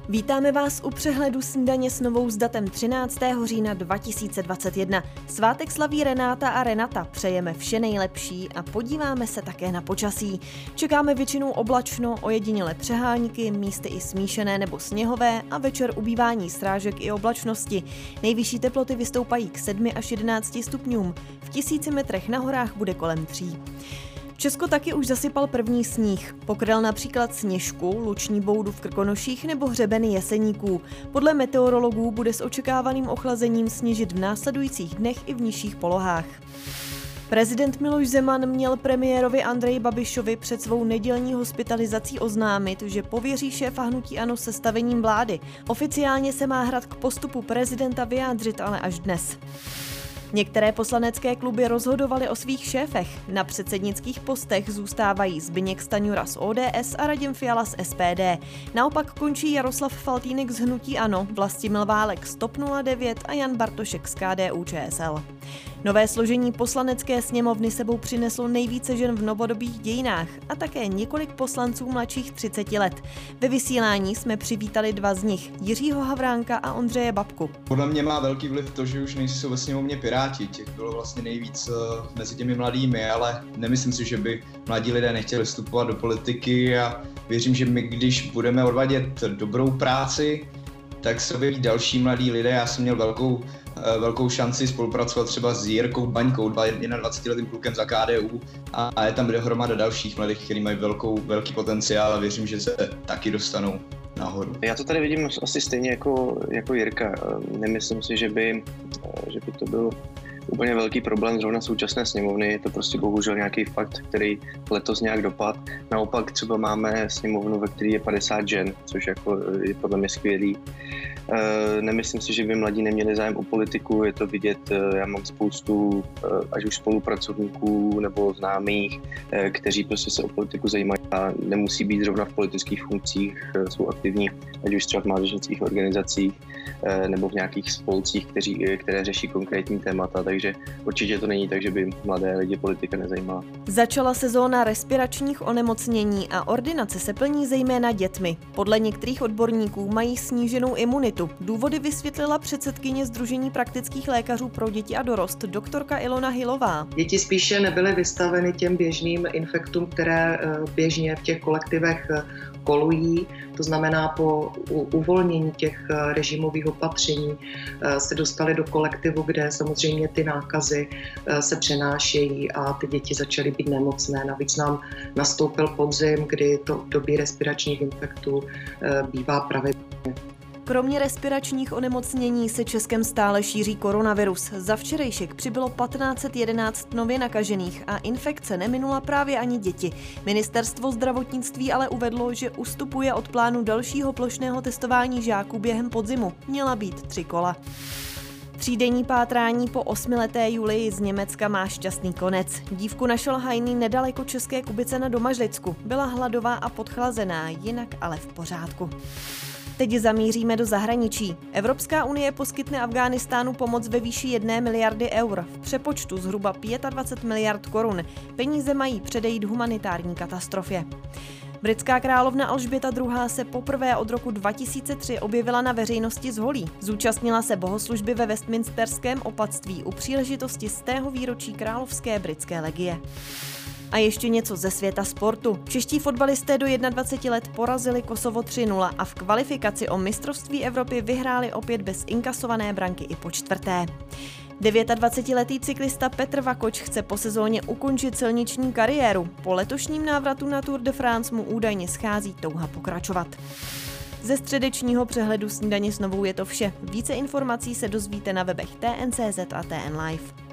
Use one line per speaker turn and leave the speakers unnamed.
Vítáme vás u přehledu snídaně s Novou s datem 13. října 2021. Svátek slaví Renáta a Renata. Přejeme vše nejlepší a podíváme se také na počasí. Čekáme většinou oblačno, ojediněle přehánky, místy i smíšené nebo sněhové a večer ubývání srážek i oblačnosti. Nejvyšší teploty vystoupají k 7 až 11 stupňům. V 1000 metrech na horách bude kolem 3. Česko taky už zasypal první sníh. Pokryl například Sněžku, Luční boudu v Krkonoších nebo hřebeny Jeseníků. Podle meteorologů bude s očekávaným ochlazením sněžit v následujících dnech i v nižších polohách. Prezident Miloš Zeman měl premiérovi Andreji Babišovi před svou nedělní hospitalizací oznámit, že pověří šéfa hnutí ANO sestavením vlády. Oficiálně se má Hrad k postupu prezidenta vyjádřit ale až dnes. Některé poslanecké kluby rozhodovaly o svých šéfech. Na předsednických postech zůstávají Zbyněk Stanjura z ODS a Radim Fiala z SPD. Naopak končí Jaroslav Faltýnek z hnutí ANO, Vlastimil Válek z TOP 09 a Jan Bartošek z KDU-ČSL. Nové složení poslanecké sněmovny sebou přineslo nejvíce žen v novodobých dějinách a také několik poslanců mladších 30 let. Ve vysílání jsme přivítali dva z nich, Jiřího Havránka a Ondřeje Babku.
Podle mě má velký vliv to, že už nejsou ve sněmovně Piráti, těch bylo vlastně nejvíc mezi těmi mladými, ale nemyslím si, že by mladí lidé nechtěli vstupovat do politiky a věřím, že my, když budeme odvádět dobrou práci, tak se objeví další mladí lidé. Já jsem měl velkou šanci spolupracovat třeba s Jirkou Baňkou, 21letým klukem za KDU a je tam dohromada dalších mladých, kteří mají velký potenciál a věřím, že se taky dostanou nahoru.
Já to tady vidím asi stejně jako Jirka. Nemyslím si, že by to byl úplně velký problém zrovna současné sněmovny. Je to prostě bohužel nějaký fakt, který letos nějak dopad. Naopak třeba máme sněmovnu, ve které je 50 žen, což jako je podle mě skvělý. Nemyslím si, že by mladí neměli zájem o politiku, je to vidět, já mám spoustu ať už spolupracovníků nebo známých, kteří prostě se o politiku zajímají a nemusí být zrovna v politických funkcích, jsou aktivní ať už třeba v mládežnických organizacích nebo v nějakých spolcích, které řeší konkrétní témata, takže určitě to není tak, že by mladé lidi politika nezajímala.
Začala sezóna respiračních onemocnění a ordinace se plní zejména dětmi. Podle některých odborníků mají sníženou imunitu. Důvody vysvětlila předsedkyně Sdružení praktických lékařů pro děti a dorost doktorka Ilona Hilová.
Děti spíše nebyly vystaveny těm běžným infektům, které běžně v těch kolektivech kolují. To znamená, po uvolnění těch režimových opatření se dostali do kolektivu, kde samozřejmě ty nákazy se přenášejí a ty děti začaly být nemocné. Navíc nám nastoupil podzim, kdy to v době respiračních infektů bývá pravidelně.
Kromě respiračních onemocnění se Českem stále šíří koronavirus. Za včerejšek přibylo 1511 nově nakažených a infekce neminula právě ani děti. Ministerstvo zdravotnictví ale uvedlo, že ustupuje od plánu dalšího plošného testování žáků během podzimu. Měla být 3 kola. Třídenní pátrání po 8leté Julii z Německa má šťastný konec. Dívku našel hajný nedaleko České Kubice na Domažlicku. Byla hladová a podchlazená, jinak ale v pořádku. Teď zamíříme do zahraničí. Evropská unie poskytne Afghánistánu pomoc ve výši 1 miliardy eur, v přepočtu zhruba 25 miliard korun. Peníze mají předejít humanitární katastrofě. Britská královna Alžběta II. Se poprvé od roku 2003 objevila na veřejnosti z holí. Zúčastnila se bohoslužby ve Westminsterském opatství u příležitosti 100. výročí královské britské legie. A ještě něco ze světa sportu. Čeští fotbalisté do 21 let porazili Kosovo 3-0 a v kvalifikaci o mistrovství Evropy vyhráli opět bez inkasované branky i po čtvrté. 29letý cyklista Petr Vakoč chce po sezóně ukončit silniční kariéru. Po letošním návratu na Tour de France mu údajně schází touha pokračovat. Ze středečního přehledu snídaně s Novou je to vše. Více informací se dozvíte na webech TN.cz a TN Live.